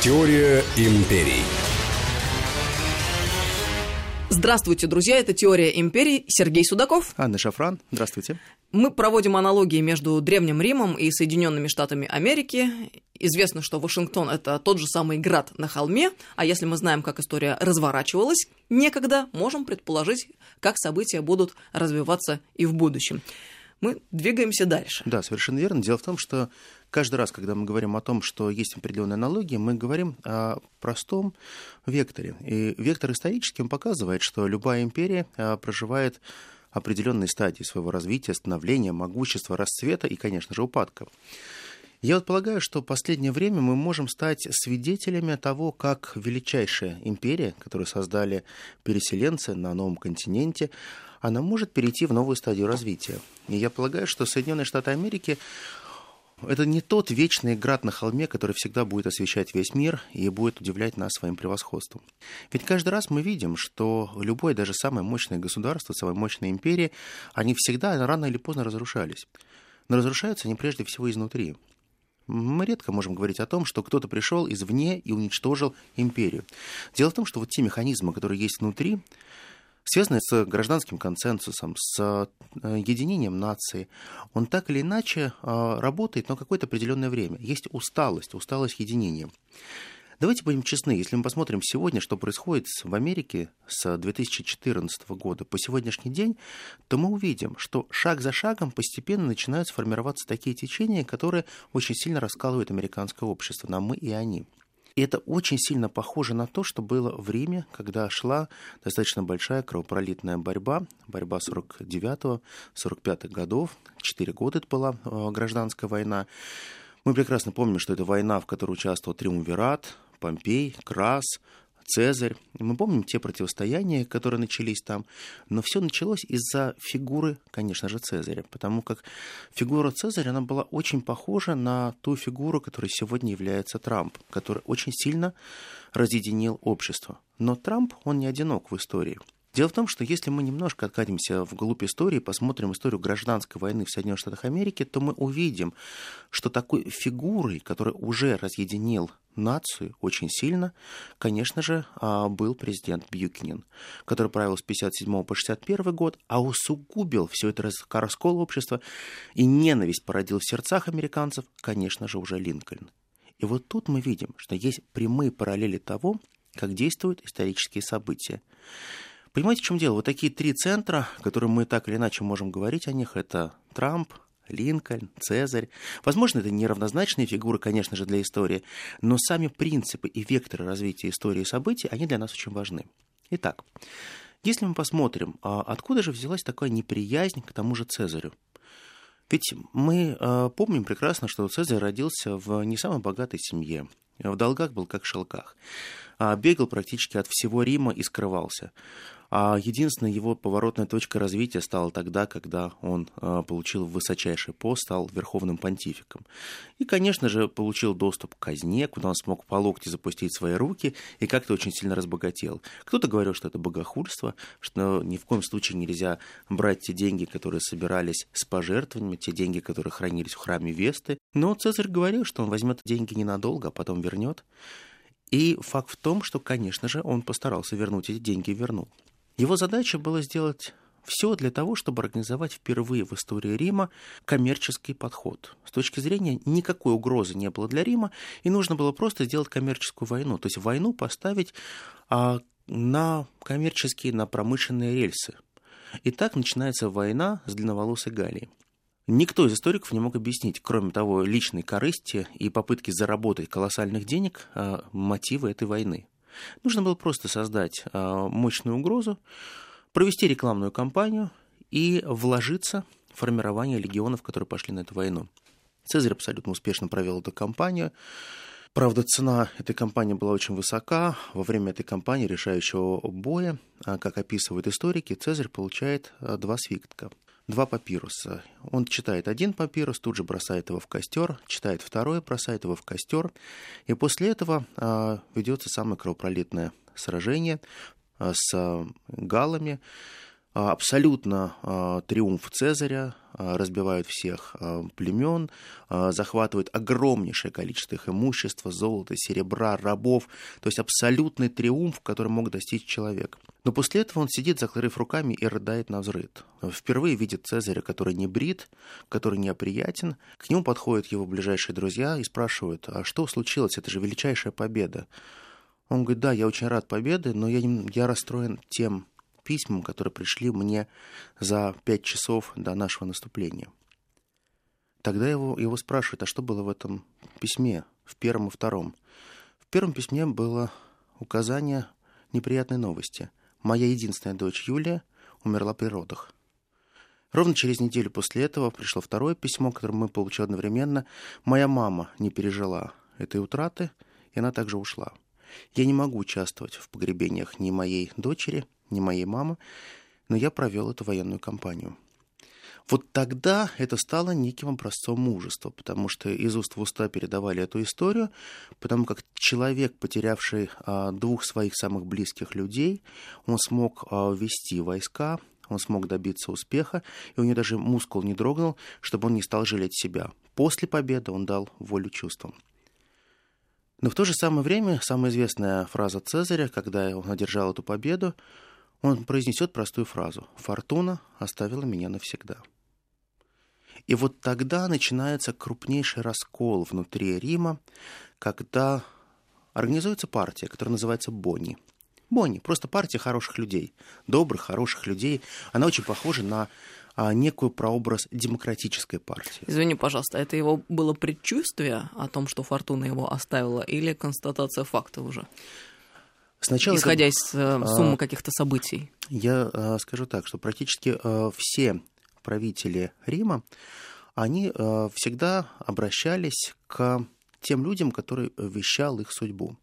Теория империй. Здравствуйте, друзья, это «Теория империй». Сергей Судаков. Анна Шафран. Здравствуйте. Мы проводим аналогии между Древним Римом и Соединенными Штатами Америки. Известно, что Вашингтон – это тот же самый град на холме, а если мы знаем, как история разворачивалась некогда, можем предположить, как события будут развиваться и в будущем. Мы двигаемся дальше. Да, совершенно верно. Дело в том, что каждый раз, когда мы говорим о том, что есть определенные аналогии, мы говорим о простом векторе. И вектор исторический он показывает, что любая империя проживает определенные стадии своего развития, становления, могущества, расцвета и, конечно же, упадка. Я вот полагаю, что в последнее время мы можем стать свидетелями того, как величайшая империя, которую создали переселенцы на новом континенте, она может перейти в новую стадию развития. И я полагаю, что Соединенные Штаты Америки – это не тот вечный град на холме, который всегда будет освещать весь мир и будет удивлять нас своим превосходством. Ведь каждый раз мы видим, что любое, даже самое мощное государство, самые мощные империи, они всегда рано или поздно разрушались. Но разрушаются они прежде всего изнутри. Мы редко можем говорить о том, что кто-то пришел извне и уничтожил империю. Дело в том, что вот те механизмы, которые есть внутри, связанные с гражданским консенсусом, с единением нации, он так или иначе работает, но какое-то определенное время. Есть усталость единения. Давайте будем честны, если мы посмотрим сегодня, что происходит в Америке с 2014 года по сегодняшний день, то мы увидим, что шаг за шагом постепенно начинают сформироваться такие течения, которые очень сильно раскалывают американское общество, на мы и они. И это очень сильно похоже на то, что было в Риме, когда шла достаточно большая кровопролитная борьба 49-45 годов, 4 года это была гражданская война. Мы прекрасно помним, что это война, в которой участвовал Триумвират, Помпей, Крас, Цезарь. Мы помним те противостояния, которые начались там, но все началось из-за фигуры, конечно же, Цезаря, потому как фигура Цезаря, она была очень похожа на ту фигуру, которая сегодня является Трамп, который очень сильно разъединил общество. Но Трамп, он не одинок в истории. Дело в том, что если мы немножко откатимся вглубь истории, посмотрим историю гражданской войны в Соединенных Штатах Америки, то мы увидим, что такой фигурой, которая уже разъединил нацию очень сильно, конечно же, был президент Бьюкенен, который правил с 1957 по 1961 год, а усугубил все это раскол общества и ненависть породил в сердцах американцев, конечно же, уже Линкольн. И вот тут мы видим, что есть прямые параллели того, как действуют исторические события. Понимаете, в чем дело? Вот такие три центра, которые мы так или иначе можем говорить о них, это Трамп, Линкольн, Цезарь. Возможно, это неравнозначные фигуры, конечно же, для истории, но сами принципы и векторы развития истории и событий, они для нас очень важны. Итак, если мы посмотрим, откуда же взялась такая неприязнь к тому же Цезарю? Ведь мы помним прекрасно, что Цезарь родился в не самой богатой семье, в долгах был как в шелках, бегал практически от всего Рима и скрывался. А единственной его поворотной точкой развития стало тогда, когда он получил высочайший пост, стал верховным понтификом. И, конечно же, получил доступ к казне, куда он смог по локти запустить свои руки и как-то очень сильно разбогател. Кто-то говорил, что это богохульство, что ни в коем случае нельзя брать те деньги, которые собирались с пожертвованиями, те деньги, которые хранились в храме Весты. Но Цезарь говорил, что он возьмет деньги ненадолго, а потом вернет. И факт в том, что, конечно же, он постарался вернуть эти деньги и вернул. Его задача была сделать все для того, чтобы организовать впервые в истории Рима коммерческий подход. С точки зрения никакой угрозы не было для Рима, и нужно было просто сделать коммерческую войну, то есть войну поставить на коммерческие, на промышленные рельсы. И так начинается война с длинноволосой Галлией. Никто из историков не мог объяснить, кроме того, личной корысти и попытки заработать колоссальных денег, мотивы этой войны. Нужно было просто создать мощную угрозу, провести рекламную кампанию и вложиться в формирование легионов, которые пошли на эту войну. Цезарь абсолютно успешно провел эту кампанию. Правда, цена этой кампании была очень высока. Во время этой кампании, решающего боя, как описывают историки, Цезарь получает 2 свитка. 2 папируса. Он читает один папирус, тут же бросает его в костер, читает второй, бросает его в костер. И после этого ведется самое кровопролитное сражение с галлами. абсолютно триумф Цезаря, разбивают всех племен, захватывают огромнейшее количество их имущества, золота, серебра, рабов. То есть абсолютный триумф, который мог достичь человек. Но после этого он сидит, закрыв руками, и рыдает навзрыд. Впервые видит Цезаря, который не брит, который неоприятен. К нему подходят его ближайшие друзья и спрашивают: а что случилось? Это же величайшая победа. Он говорит: да, я очень рад победе, но я расстроен тем письмам, которые пришли мне за 5 часов до нашего наступления. Тогда его спрашивают: а что было в этом письме, в первом и втором? В первом письме было указание неприятной новости. Моя единственная дочь Юлия умерла при родах. Ровно через неделю после этого пришло второе письмо, которое мы получили одновременно. Моя мама не пережила этой утраты, и она также ушла. Я не могу участвовать в погребениях ни моей дочери, ни моей мамы, но я провел эту военную кампанию. Вот тогда это стало неким образцом мужества, потому что из уст в уста передавали эту историю, потому как человек, потерявший 2 своих самых близких людей, он смог вести войска, он смог добиться успеха, и у него даже мускул не дрогнул, чтобы он не стал жалеть себя. После победы он дал волю чувствам. Но в то же самое время самая известная фраза Цезаря, когда он одержал эту победу, он произнесет простую фразу: «Фортуна оставила меня навсегда». И вот тогда начинается крупнейший раскол внутри Рима, когда организуется партия, которая называется Бони. Бони, просто партия хороших людей, добрых, хороших людей. Она очень похожа на некую прообраз демократической партии. Извини, пожалуйста, это его было предчувствие о том, что фортуна его оставила, или констатация факта уже? Сначала исходя из суммы каких-то событий. Я скажу так, что практически все правители Рима, они всегда обращались к тем людям, которые вещал их судьбу.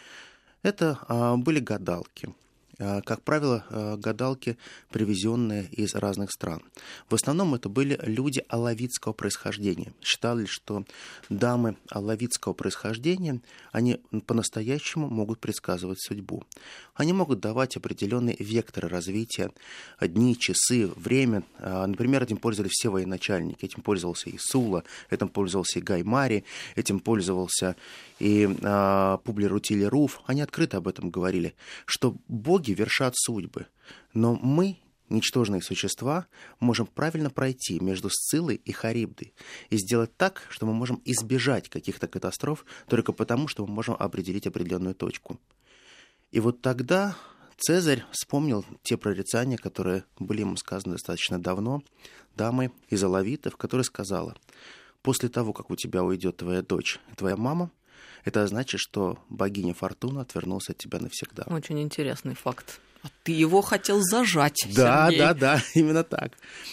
Это были гадалки. Как правило, гадалки, привезенные из разных стран. В основном это были люди алавитского происхождения. Считали, что дамы алавитского происхождения, они по-настоящему могут предсказывать судьбу. Они могут давать определенные векторы развития, дни, часы, время. Например, этим пользовались все военачальники. Этим пользовался и Сула, этим пользовался и Гай Марий, этим пользовался и Публий Рутилий Руф. Они открыто об этом говорили, что боги вершат судьбы, но мы, ничтожные существа, можем правильно пройти между Сциллой и Харибдой и сделать так, что мы можем избежать каких-то катастроф только потому, что мы можем определить определенную точку. И вот тогда Цезарь вспомнил те прорицания, которые были ему сказаны достаточно давно, дамой из алавитов, которая сказала: после того, как у тебя уйдет твоя дочь и твоя мама, это значит, что богиня Фортуна отвернулась от тебя навсегда. Очень интересный факт. А ты его хотел зажать, Да, Сергей. да, именно так.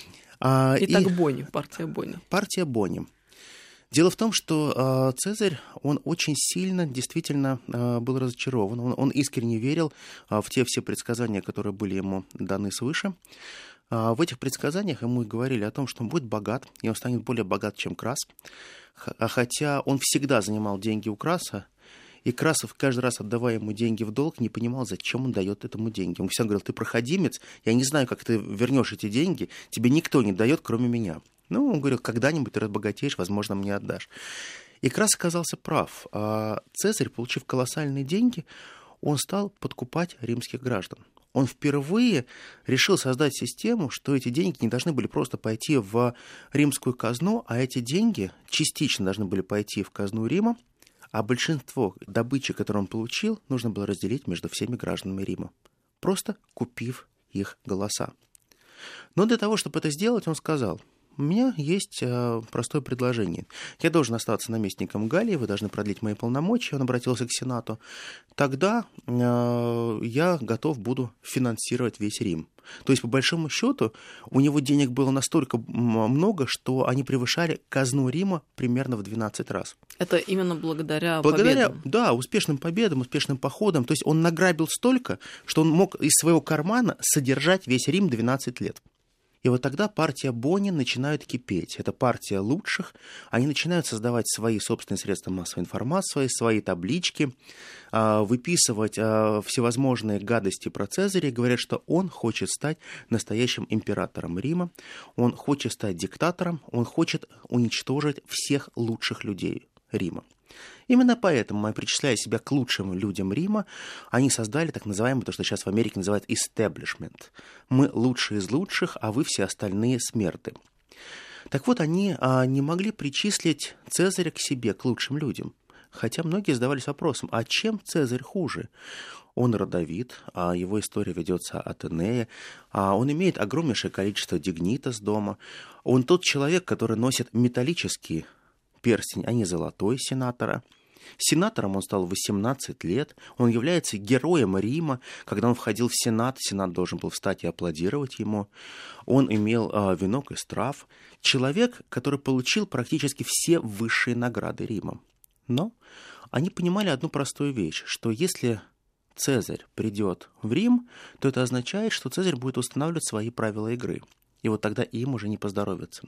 Итак, Бони, партия Бони. Партия Бони. Дело в том, что Цезарь, он очень сильно действительно был разочарован. Он искренне верил в те все предсказания, которые были ему даны свыше. В этих предсказаниях ему говорили о том, что он будет богат, и он станет более богат, чем Крас. Хотя он всегда занимал деньги у Краса, и Красов, каждый раз отдавая ему деньги в долг, не понимал, зачем он дает этому деньги. Он всегда говорил: ты проходимец, я не знаю, как ты вернешь эти деньги, тебе никто не дает, кроме меня. Ну, он говорил: когда-нибудь ты разбогатеешь, возможно, мне отдашь. И Крас оказался прав. Цезарь, получив колоссальные деньги, он стал подкупать римских граждан. Он впервые решил создать систему, что эти деньги не должны были просто пойти в римскую казну, а эти деньги частично должны были пойти в казну Рима, а большинство добычи, которую он получил, нужно было разделить между всеми гражданами Рима, просто купив их голоса. Но для того, чтобы это сделать, он сказал: у меня есть простое предложение. Я должен остаться наместником Галлии, вы должны продлить мои полномочия. Он обратился к Сенату. Тогда я готов буду финансировать весь Рим. То есть, по большому счету, у него денег было настолько много, что они превышали казну Рима примерно в 12 раз. Это именно благодаря победам? Да, успешным победам, успешным походам. То есть он награбил столько, что он мог из своего кармана содержать весь Рим 12 лет. И вот тогда партия Бони начинает кипеть. Это партия лучших. Они начинают создавать свои собственные средства массовой информации, свои таблички, выписывать всевозможные гадости про Цезаря и говорят, что он хочет стать настоящим императором Рима, он хочет стать диктатором, он хочет уничтожить всех лучших людей Рима. Именно поэтому, причисляя себя к лучшим людям Рима, они создали так называемый, то, что сейчас в Америке называют establishment. Мы лучшие из лучших, а вы все остальные смерты. Так вот, они не могли причислить Цезаря к себе, к лучшим людям. Хотя многие задавались вопросом, а чем Цезарь хуже? Он родовит, его история ведется от Энея, он имеет огромнейшее количество дигнитас дома, он тот человек, который носит металлический перстень, а не золотой сенатора. Сенатором он стал в 18 лет. Он является героем Рима. Когда он входил в Сенат, Сенат должен был встать и аплодировать ему. Он имел венок из трав. Человек, который получил практически все высшие награды Рима. Но они понимали одну простую вещь, что если Цезарь придет в Рим, то это означает, что Цезарь будет устанавливать свои правила игры. И вот тогда им уже не поздоровится.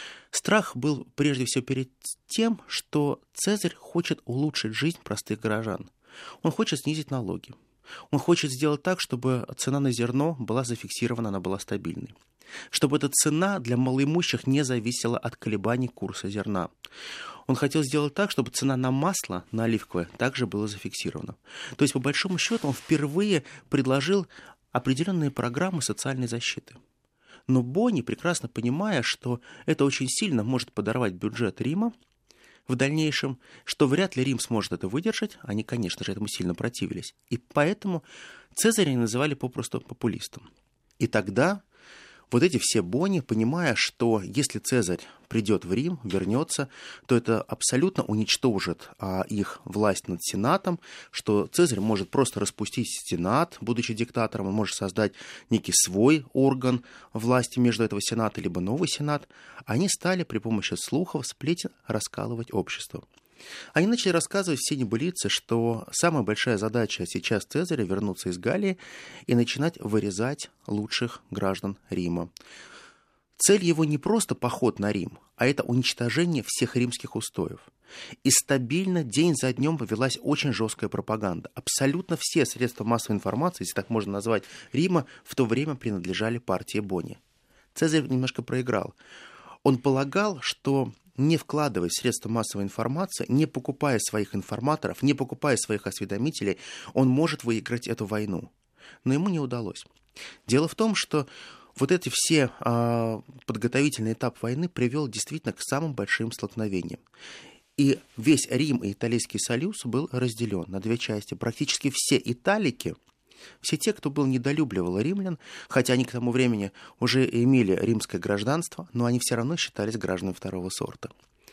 Страх был прежде всего перед тем, что Цезарь хочет улучшить жизнь простых горожан. Он хочет снизить налоги. Он хочет сделать так, чтобы цена на зерно была зафиксирована, она была стабильной. Чтобы эта цена для малоимущих не зависела от колебаний курса зерна. Он хотел сделать так, чтобы цена на масло, на оливковое, также была зафиксирована. То есть, по большому счету, он впервые предложил определенные программы социальной защиты. Но Бони, прекрасно понимая, что это очень сильно может подорвать бюджет Рима в дальнейшем, что вряд ли Рим сможет это выдержать, они, конечно же, этому сильно противились. И поэтому Цезаря называли попросту популистом. И тогда вот эти все Бони, понимая, что если Цезарь придет в Рим, вернется, то это абсолютно уничтожит их власть над Сенатом, что Цезарь может просто распустить Сенат, будучи диктатором, он может создать некий свой орган власти между этого Сената, либо новый Сенат. Они стали при помощи слухов, сплетен раскалывать общество. Они начали рассказывать все небылицы, что самая большая задача сейчас Цезаря — вернуться из Галлии и начинать вырезать лучших граждан Рима. Цель его не просто поход на Рим, а это уничтожение всех римских устоев. И стабильно день за днем повелась очень жесткая пропаганда. Абсолютно все средства массовой информации, если так можно назвать, Рима в то время принадлежали партии Бони. Цезарь немножко проиграл. Он полагал, что не вкладывая в средства массовой информации, не покупая своих информаторов, не покупая своих осведомителей, он может выиграть эту войну. Но ему не удалось. Дело в том, что вот эти все подготовительный этап войны привел действительно к самым большим столкновениям. И весь Рим и Италийский союз был разделен на две части. Практически все италики, все те, кто недолюбливал римлян, хотя они к тому времени уже имели римское гражданство, но они все равно считались гражданами второго сорта.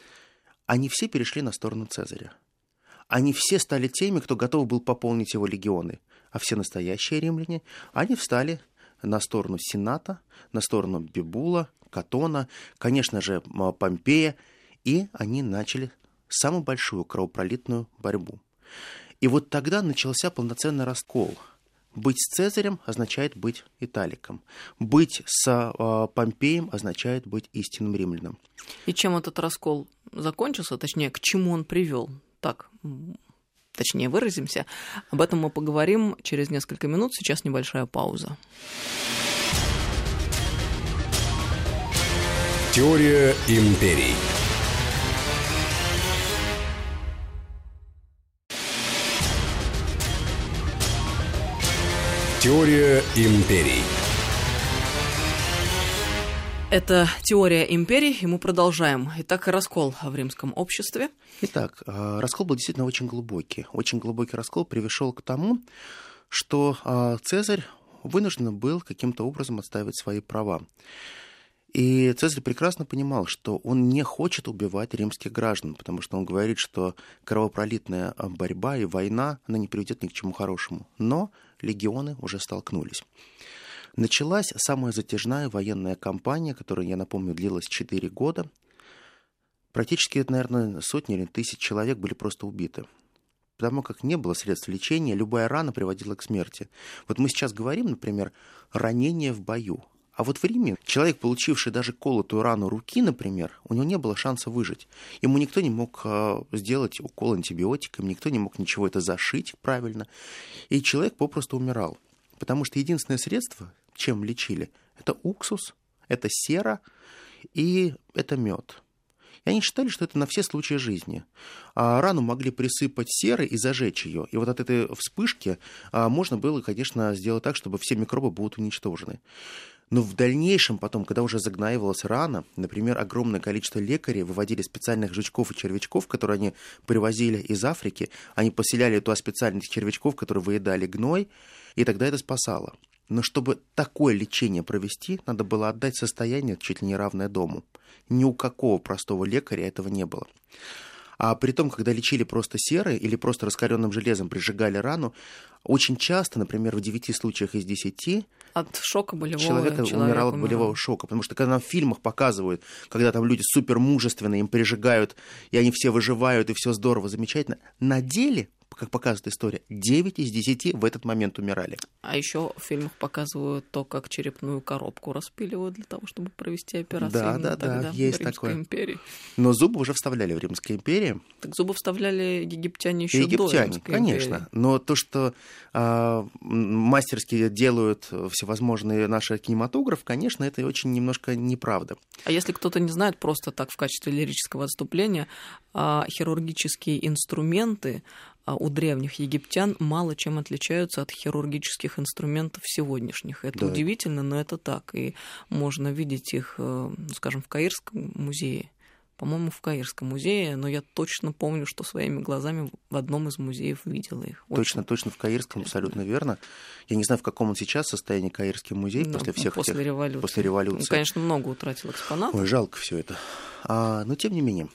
Они все перешли на сторону Цезаря. Они все стали теми, кто готов был пополнить его легионы. А все настоящие римляне, они встали на сторону Сената, на сторону Бибула, Катона, конечно же, Помпея, и они начали самую большую кровопролитную борьбу. И вот тогда начался полноценный раскол. Быть с Цезарем означает быть италиком. Быть с Помпеем означает быть истинным римлянином. И чем этот раскол закончился, точнее, к чему он привел? Так, точнее выразимся. Об этом мы поговорим через несколько минут. Сейчас небольшая пауза. Теория империй. Теория империй. Это «Теория империй», и мы продолжаем. Итак, раскол в римском обществе. Итак, раскол был действительно очень глубокий. Очень глубокий раскол привел к тому, что Цезарь вынужден был каким-то образом отстаивать свои права. И Цезарь прекрасно понимал, что он не хочет убивать римских граждан, потому что он говорит, что кровопролитная борьба и война, она не приведет ни к чему хорошему. Но легионы уже столкнулись. Началась самая затяжная военная кампания, которая, я напомню, длилась 4 года. Практически, наверное, сотни или тысяч человек были просто убиты. Потому как не было средств лечения, любая рана приводила к смерти. Вот мы сейчас говорим, например, ранение в бою. А вот в Риме человек, получивший даже колотую рану руки, например, у него не было шанса выжить. Ему никто не мог сделать укол антибиотиком, никто не мог ничего это зашить правильно. И человек попросту умирал. Потому что единственное средство, чем лечили, это уксус, это сера и это мед. И они считали, что это на все случаи жизни. Рану могли присыпать серой и зажечь ее. И вот от этой вспышки можно было, конечно, сделать так, чтобы все микробы будут уничтожены. Но в дальнейшем потом, когда уже загноивалась рана, например, огромное количество лекарей выводили специальных жучков и червячков, которые они привозили из Африки. Они поселяли туда специальных червячков, которые выедали гной, и тогда это спасало. Но чтобы такое лечение провести, надо было отдать состояние чуть ли не равное дому. Ни у какого простого лекаря этого не было. А при том, когда лечили просто серой или просто раскаленным железом прижигали рану, очень часто, например, в 9 случаях из 10 от шока болевого человек умирал от болевого шока. Потому что когда нам в фильмах показывают, когда там люди супермужественные, им прижигают, и они все выживают, и все здорово, замечательно, на деле, как показывает история, 9 из 10 в этот момент умирали. А еще в фильмах показывают то, как черепную коробку распиливают для того, чтобы провести операцию. Да, есть в Римской такое. империи. Но зубы уже вставляли в Римской империи. Так зубы вставляли египтяне еще до Римской конечно. империи. Но то, что мастерски делают всевозможные наши кинематограф, конечно, это очень немножко неправда. А если кто-то не знает, просто так в качестве лирического отступления, хирургические инструменты у древних египтян мало чем отличаются от хирургических инструментов сегодняшних. Это удивительно, но это так. И можно видеть их, скажем, в Каирском музее. По-моему, в Каирском музее, но я точно помню, что своими глазами в одном из музеев видела их. Точно, в Каирском, абсолютно верно. Я не знаю, в каком он сейчас состоянии, Каирский музей, после всех после этих... революции. После революции. Он, конечно, много утратил экспонатов. Ой, жалко все это. Но, тем не менее,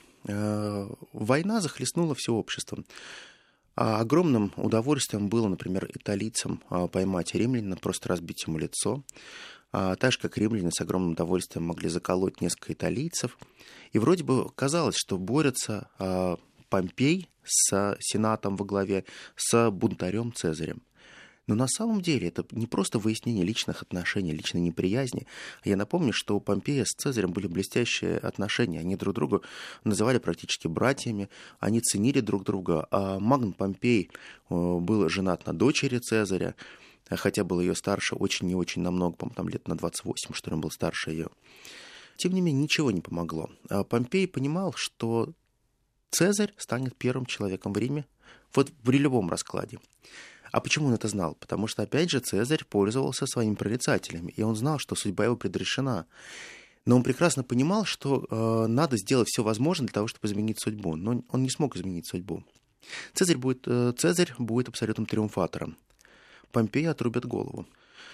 война захлестнула все общество. Огромным удовольствием было, например, италийцам поймать римлянина, просто разбить ему лицо. Так же, как римляне с огромным удовольствием могли заколоть несколько италийцев. И вроде бы казалось, что борются Помпей с сенатом во главе, с бунтарем Цезарем. Но на самом деле это не просто выяснение личных отношений, личной неприязни. Я напомню, что у Помпея с Цезарем были блестящие отношения. Они друг друга называли практически братьями, они ценили друг друга. А Магн Помпей был женат на дочери Цезаря, хотя был ее старше очень и очень намного, по-моему, там лет на 28, что ли, он был старше ее. Тем не менее, ничего не помогло. Помпей понимал, что Цезарь станет первым человеком в Риме, вот при любом раскладе. А почему он это знал? Потому что, опять же, Цезарь пользовался своими прорицателями, и он знал, что судьба его предрешена. Но он прекрасно понимал, что надо сделать все возможное для того, чтобы изменить судьбу. Но он не смог изменить судьбу. Цезарь будет абсолютным триумфатором. Помпею отрубят голову.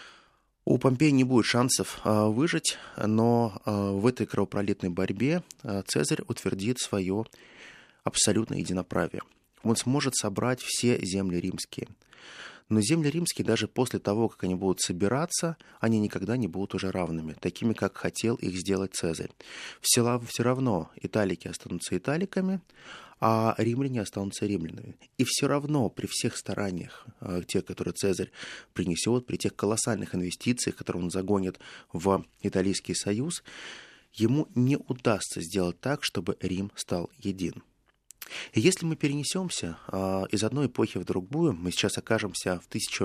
У Помпея не будет шансов выжить, но в этой кровопролитной борьбе Цезарь утвердит свое абсолютное единоправие. Он сможет собрать все земли римские. Но земли римские, даже после того, как они будут собираться, они никогда не будут уже равными, такими, как хотел их сделать Цезарь. Все равно италики останутся италиками, а римляне останутся римлянами. И все равно при всех стараниях, тех, которые Цезарь принесет, при тех колоссальных инвестициях, которые он загонит в Италийский союз, ему не удастся сделать так, чтобы Рим стал един. И если мы перенесемся из одной эпохи в другую, мы сейчас окажемся в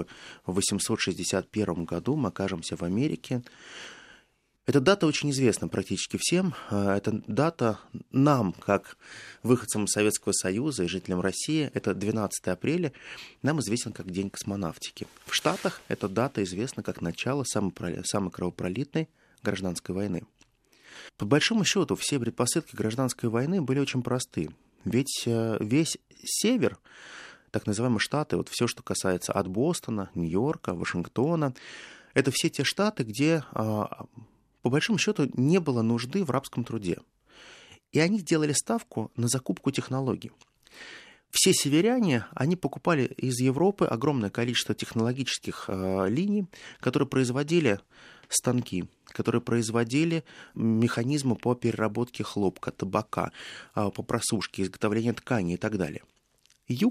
1861 году, мы окажемся в Америке. Эта дата очень известна практически всем. Эта дата нам, как выходцам Советского Союза и жителям России, это 12 апреля, нам известен как День космонавтики. В Штатах эта дата известна как начало самой кровопролитной гражданской войны. По большому счету, все предпосылки гражданской войны были очень просты. Ведь весь север, так называемые штаты, вот все, что касается от Бостона, Нью-Йорка, Вашингтона, это все те штаты, где, по большому счету, не было нужды в рабском труде. И они делали ставку на закупку технологий. Все северяне, они покупали из Европы огромное количество технологических линий, которые производили станки, которые производили механизмы по переработке хлопка, табака, по просушке, изготовлению тканей и так далее. Юг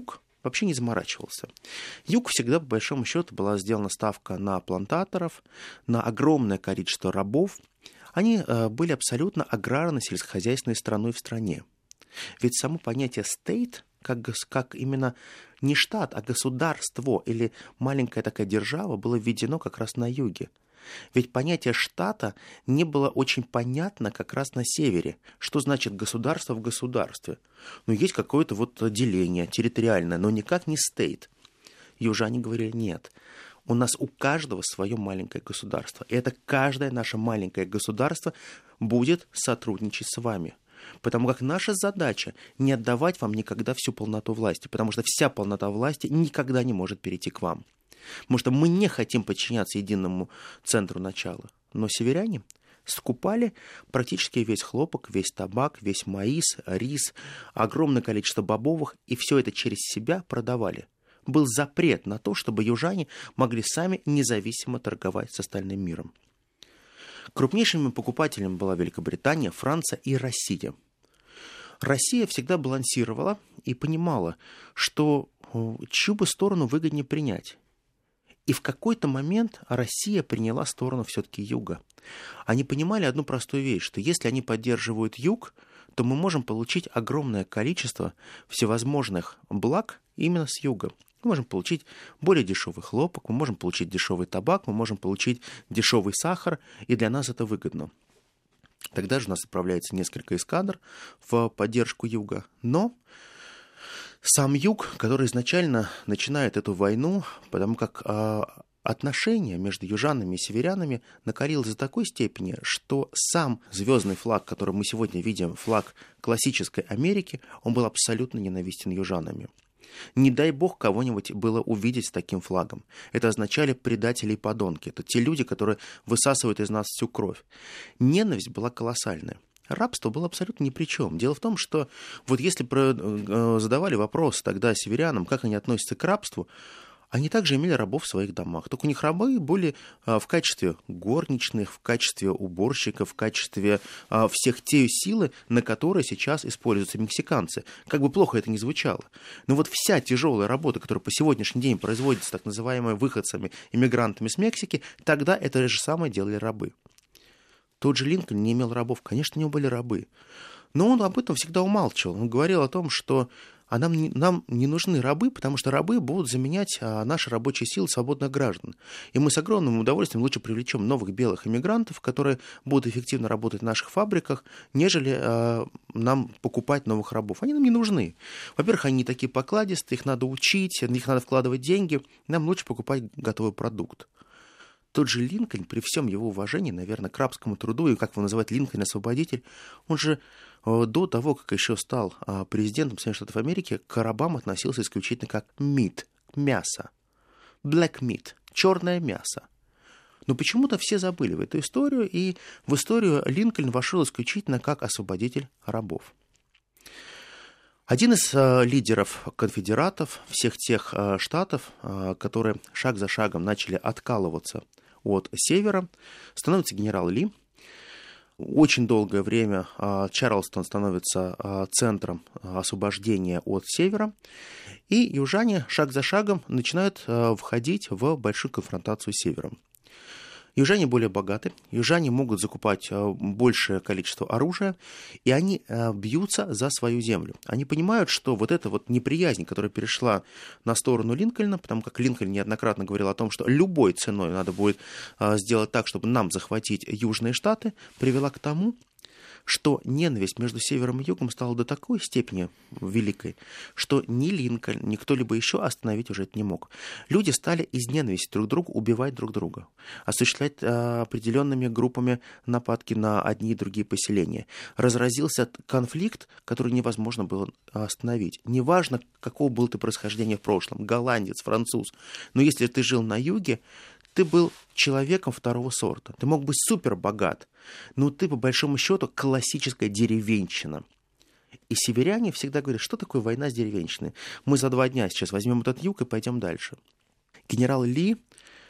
вообще не заморачивался. Юг всегда, по большому счету, была сделана ставка на плантаторов, на огромное количество рабов. Они были абсолютно аграрно-сельскохозяйственной страной в стране. Ведь само понятие «state», как именно не штат, а государство или маленькая такая держава было введено как раз на юге. Ведь понятие штата не было очень понятно как раз на севере. Что значит государство в государстве? Ну, есть какое-то вот деление территориальное, но никак не стейт. Южане говорили, нет, у нас у каждого свое маленькое государство. И это каждое наше маленькое государство будет сотрудничать с вами. Потому как наша задача не отдавать вам никогда всю полноту власти, потому что вся полнота власти никогда не может перейти к вам. Потому что мы не хотим подчиняться единому центру начала. Но северяне скупали практически весь хлопок, весь табак, весь маис, рис, огромное количество бобовых, и все это через себя продавали. Был запрет на то, чтобы южане могли сами независимо торговать с остальным миром. Крупнейшими покупателями была Великобритания, Франция и Россия. Россия всегда балансировала и понимала, что чью бы сторону выгоднее принять. И в какой-то момент Россия приняла сторону все-таки юга. Они понимали одну простую вещь, что если они поддерживают юг, то мы можем получить огромное количество всевозможных благ именно с юга. Мы можем получить более дешевый хлопок, мы можем получить дешевый табак, мы можем получить дешевый сахар, и для нас это выгодно. Тогда же у нас отправляется несколько эскадр в поддержку юга, но сам юг, который изначально начинает эту войну, потому как отношения между южанами и северянами накалилось до такой степени, что сам звездный флаг, который мы сегодня видим, флаг классической Америки, он был абсолютно ненавистен южанами. Не дай бог кого-нибудь было увидеть с таким флагом. Это означали предатели и подонки. Это те люди, которые высасывают из нас всю кровь. Ненависть была колоссальная. Рабство было абсолютно ни при чем. Дело в том, что вот если задавали вопрос тогда северянам, как они относятся к рабству, они также имели рабов в своих домах. Только у них рабы были в качестве горничных, в качестве уборщиков, в качестве всех те силы, на которые сейчас используются мексиканцы. Как бы плохо это ни звучало. Но вот вся тяжелая работа, которая по сегодняшний день производится так называемыми выходцами, иммигрантами с Мексики, тогда это же самое делали рабы. Тот же Линкольн не имел рабов. Конечно, у него были рабы. Но он об этом всегда умалчивал. Он говорил о том, что нам не нужны рабы, потому что рабы будут заменять наши рабочие силы свободных граждан. И мы с огромным удовольствием лучше привлечем новых белых иммигрантов, которые будут эффективно работать в наших фабриках, нежели нам покупать новых рабов. Они нам не нужны. Во-первых, они не такие покладистые, их надо учить, в них надо вкладывать деньги. Нам лучше покупать готовый продукт. Тот же Линкольн, при всем его уважении, наверное, к рабскому труду, и как его называют Линкольн-освободитель, он же до того, как еще стал президентом Соединенных Штатов Америки, к рабам относился исключительно как meat, мясо. Black meat, черное мясо. Но почему-то все забыли в эту историю, и в историю Линкольн вошел исключительно как освободитель рабов. Один из лидеров конфедератов, всех тех штатов, которые шаг за шагом начали откалываться от севера, становится генерал Ли. Очень долгое время Чарльстон становится центром освобождения от севера, и южане шаг за шагом начинают входить в большую конфронтацию с севером. Южане более богаты, южане могут закупать большее количество оружия, и они бьются за свою землю. Они понимают, что вот эта вот неприязнь, которая перешла на сторону Линкольна, потому как Линкольн неоднократно говорил о том, что любой ценой надо будет сделать так, чтобы нам захватить Южные Штаты, привела к тому, что ненависть между севером и югом стала до такой степени великой, что ни Линкольн, ни кто-либо еще остановить уже это не мог. Люди стали из ненависти друг к другу убивать друг друга, осуществлять определенными группами нападки на одни и другие поселения. Разразился конфликт, который невозможно было остановить. Неважно, какого был ты происхождения в прошлом, голландец, француз, но если ты жил на юге, ты был человеком второго сорта. Ты мог быть супер богат, но ты, по большому счету, классическая деревенщина. И северяне всегда говорят, что такое война с деревенщиной? Мы за 2 дня сейчас возьмем этот юг и пойдем дальше. Генерал Ли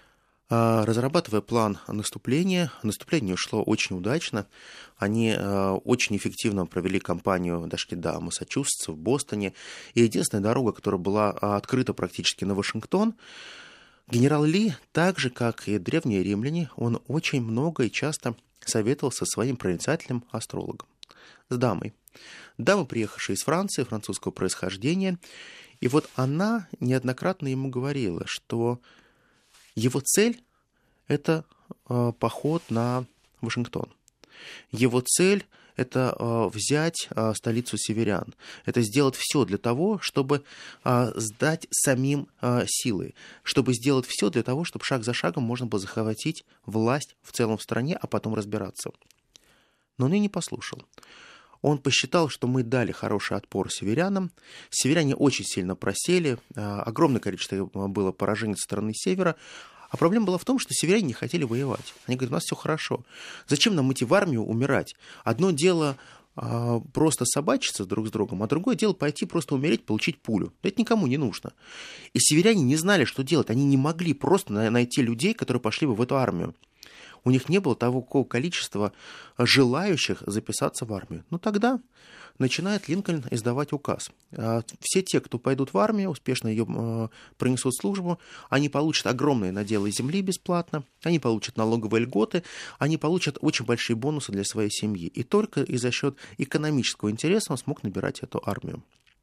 Разрабатывая план наступления, наступление шло очень удачно. Они очень эффективно провели кампанию, дошли до Массачусетса, в Бостоне. И единственная дорога, которая была открыта практически на Вашингтон, генерал Ли, так же, как и древние римляне, он очень много и часто советовался со своим проницательным астрологом, с дамой. Дама, приехавшая из Франции, французского происхождения. И вот она неоднократно ему говорила, что его цель – это поход на Вашингтон. Его цель – это взять столицу северян. Это сделать все для того, чтобы сдать самим силы. Чтобы сделать все для того, чтобы шаг за шагом можно было захватить власть в целом в стране, а потом разбираться. Но он ее не послушал. Он посчитал, что мы дали хороший отпор северянам. Северяне очень сильно просели. Огромное количество было поражений со стороны севера. А проблема была в том, что северяне не хотели воевать. Они говорят, у нас все хорошо. Зачем нам идти в армию умирать? Одно дело просто собачиться друг с другом, а другое дело пойти просто умереть, получить пулю. Это никому не нужно. И северяне не знали, что делать. Они не могли просто найти людей, которые пошли бы в эту армию. У них не было такого количества желающих записаться в армию. Ну, тогда начинает Линкольн издавать указ. Все те, кто пойдут в армию, успешно ее пронесут службу, они получат огромные наделы земли бесплатно, они получат налоговые льготы, они получат очень большие бонусы для своей семьи. И только и за счет экономического интереса он смог набирать эту армию.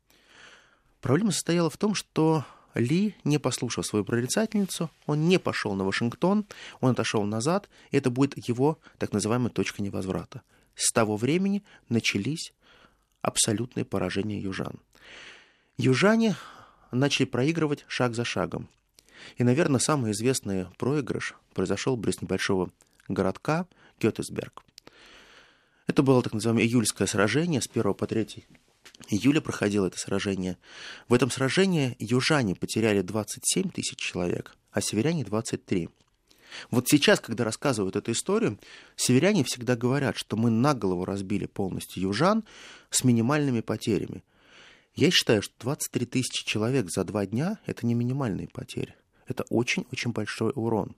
Проблема состояла в том, что Ли не послушал свою прорицательницу, он не пошел на Вашингтон, он отошел назад, и это будет его так называемая точка невозврата. С того времени начались абсолютные поражения южан. Южане начали проигрывать шаг за шагом. И, наверное, самый известный проигрыш произошел близ небольшого городка Геттисберг. Это было так называемое июльское сражение с 1 по 3 июля проходило это сражение. В этом сражении южане потеряли 27 тысяч человек, а северяне 23. Вот сейчас, когда рассказывают эту историю, северяне всегда говорят, что мы на голову разбили полностью южан с минимальными потерями. Я считаю, что 23 тысячи человек за 2 дня – это не минимальные потери. Это очень-очень большой урон.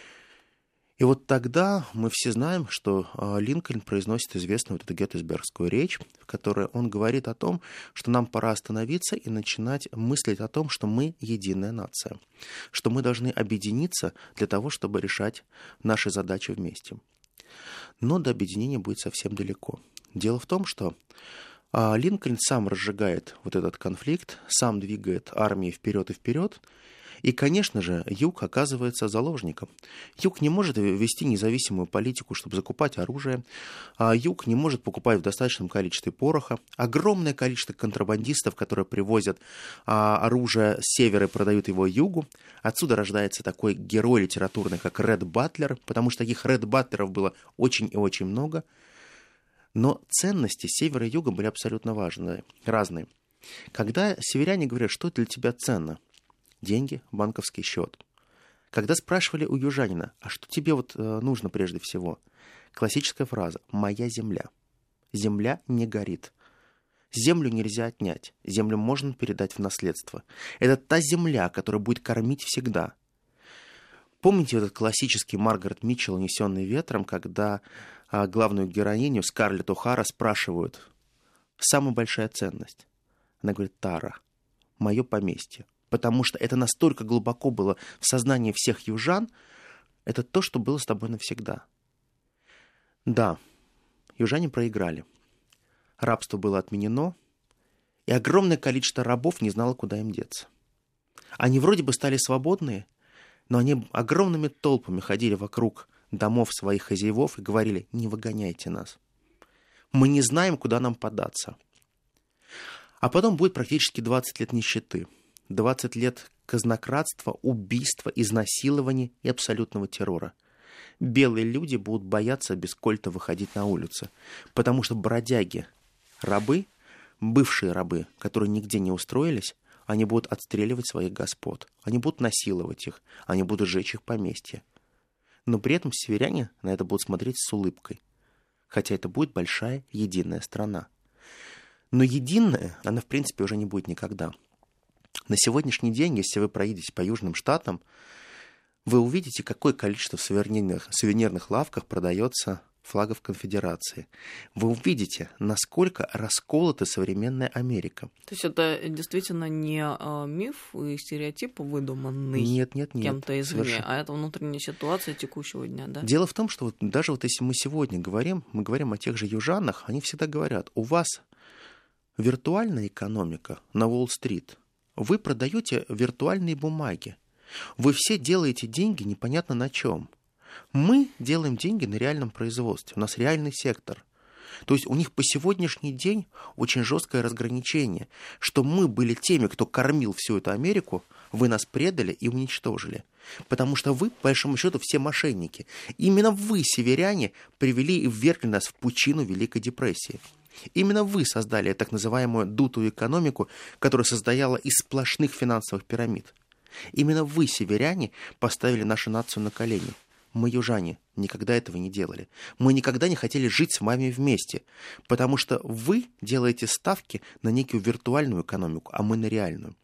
И вот тогда мы все знаем, что Линкольн произносит известную вот эту геттисбергскую речь, в которой он говорит о том, что нам пора остановиться и начинать мыслить о том, что мы единая нация, что мы должны объединиться для того, чтобы решать наши задачи вместе. Но до объединения будет совсем далеко. Дело в том, что Линкольн сам разжигает вот этот конфликт, сам двигает армии вперед и вперед. И, конечно же, Юг оказывается заложником. Юг не может вести независимую политику, чтобы закупать оружие. Юг не может покупать в достаточном количестве пороха. Огромное количество контрабандистов, которые привозят оружие с севера и продают его Югу. Отсюда рождается такой герой литературный, как Ред Батлер, потому что таких Ред Батлеров было очень и очень много. Но ценности севера и юга были абсолютно разные. Когда северяне говорят, что для тебя ценно? Деньги, банковский счет. Когда спрашивали у южанина, а что тебе нужно прежде всего? Классическая фраза «моя земля». Земля не горит. Землю нельзя отнять. Землю можно передать в наследство. Это та земля, которая будет кормить всегда. Помните этот классический Маргарет Митчелл «Унесенный ветром», когда главную героиню Скарлетт О'Хара спрашивают «самая большая ценность?» Она говорит «Тара, мое поместье». Потому что это настолько глубоко было в сознании всех южан, это то, что было с тобой навсегда. Да, южане проиграли. Рабство было отменено, и огромное количество рабов не знало, куда им деться. Они вроде бы стали свободные, но они огромными толпами ходили вокруг домов своих хозяевов и говорили: «Не выгоняйте нас. Мы не знаем, куда нам податься». А потом будет практически 20 лет нищеты. 20 лет казнократства, убийства, изнасилований и абсолютного террора. Белые люди будут бояться без кольта выходить на улицу, потому что бродяги, рабы, бывшие рабы, которые нигде не устроились, они будут отстреливать своих господ, они будут насиловать их, они будут сжечь их поместья. Но при этом северяне на это будут смотреть с улыбкой, хотя это будет большая единая страна. Но единая она, в принципе, уже не будет никогда. На сегодняшний день, если вы проедете по Южным Штатам, вы увидите, какое количество в сувенирных лавках продается флагов конфедерации. Вы увидите, насколько расколота современная Америка. То есть это действительно не миф и стереотип выдуманный кем-то извне, совершенно. а это внутренняя ситуация текущего дня, да? Дело в том, что даже если мы сегодня говорим о тех же южанах, они всегда говорят, у вас виртуальная экономика на Уолл-стрит, вы продаете виртуальные бумаги, вы все делаете деньги непонятно на чем. Мы делаем деньги на реальном производстве, у нас реальный сектор. То есть у них по сегодняшний день очень жесткое разграничение, что мы были теми, кто кормил всю эту Америку, вы нас предали и уничтожили. Потому что вы, по большому счету, все мошенники. Именно вы, северяне, привели и ввергли нас в пучину Великой депрессии. Именно вы создали так называемую дутую экономику, которая состояла из сплошных финансовых пирамид. Именно вы, северяне, поставили нашу нацию на колени. Мы, южане, никогда этого не делали. Мы никогда не хотели жить с вами вместе, потому что вы делаете ставки на некую виртуальную экономику, а мы на реальную.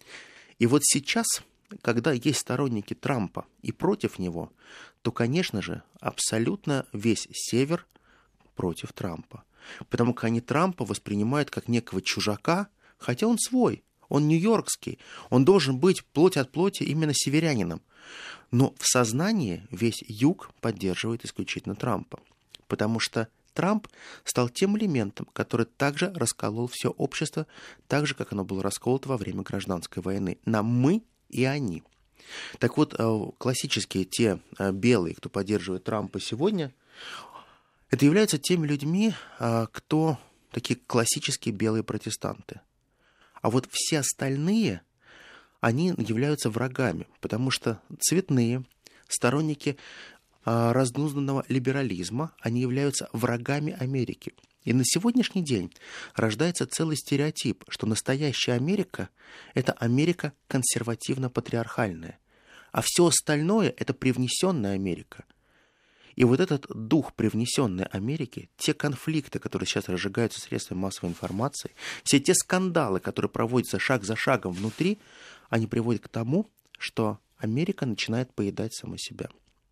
И вот сейчас, когда есть сторонники Трампа и против него, то, конечно же, абсолютно весь север против Трампа. Потому как они Трампа воспринимают как некого чужака, хотя он свой, он нью-йоркский, он должен быть плоть от плоти именно северянином. Но в сознании весь юг поддерживает исключительно Трампа, потому что Трамп стал тем элементом, который также расколол все общество, так же, как оно было расколото во время гражданской войны, на «мы» и «они». Так вот, классические те белые, кто поддерживает Трампа сегодня, это являются теми людьми, кто такие классические белые протестанты. А вот все остальные, они являются врагами, потому что цветные, сторонники разнузданного либерализма, они являются врагами Америки. И на сегодняшний день рождается целый стереотип, что настоящая Америка – это Америка консервативно-патриархальная, а все остальное – это привнесенная Америка. И вот этот дух привнесенной Америки, те конфликты, которые сейчас разжигаются средствами массовой информации, все те скандалы, которые проводятся шаг за шагом внутри, они приводят к тому, что Америка начинает поедать саму себя.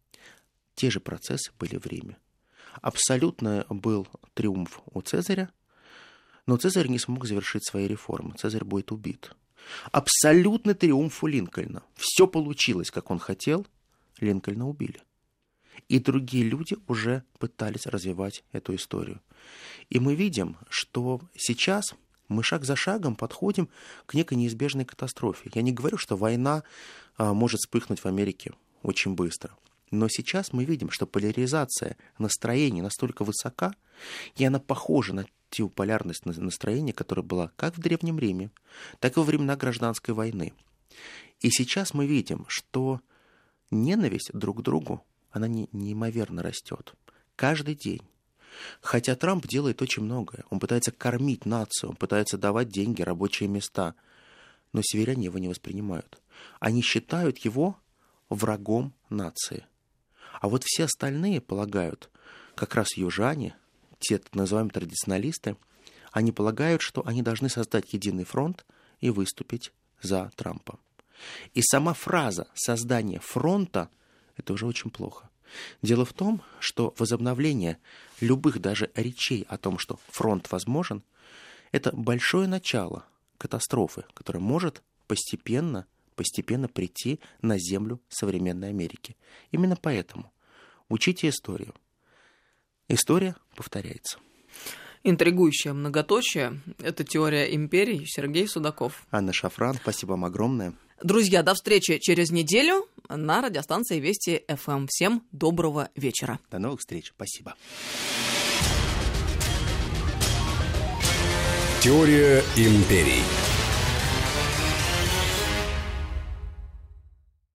Те же процессы были в Риме. Абсолютно был триумф у Цезаря, но Цезарь не смог завершить свои реформы. Цезарь будет убит. Абсолютный триумф у Линкольна. Все получилось, как он хотел, Линкольна убили. И другие люди уже пытались развивать эту историю. И мы видим, что сейчас мы шаг за шагом подходим к некой неизбежной катастрофе. Я не говорю, что война может вспыхнуть в Америке очень быстро. Но сейчас мы видим, что поляризация настроений настолько высока, и она похожа на ту полярность настроения, которая была как в Древнем Риме, так и во времена Гражданской войны. И сейчас мы видим, что ненависть друг к другу, она неимоверно растет. Каждый день. Хотя Трамп делает очень многое. Он пытается кормить нацию, он пытается давать деньги, рабочие места. Но северяне его не воспринимают. Они считают его врагом нации. А вот все остальные полагают, как раз южане, те так называемые традиционалисты, они полагают, что они должны создать единый фронт и выступить за Трампа. И сама фраза «создание фронта» — это уже очень плохо. Дело в том, что возобновление любых даже речей о том, что фронт возможен, это большое начало катастрофы, которая может постепенно прийти на землю современной Америки. Именно поэтому учите историю. История повторяется. Интригующее многоточие. Это «Теория империй». Сергей Судаков. Анна Шафран, спасибо вам огромное. Друзья, до встречи через неделю на радиостанции Вести ФМ. Всем доброго вечера. До новых встреч. Спасибо. Теория империй.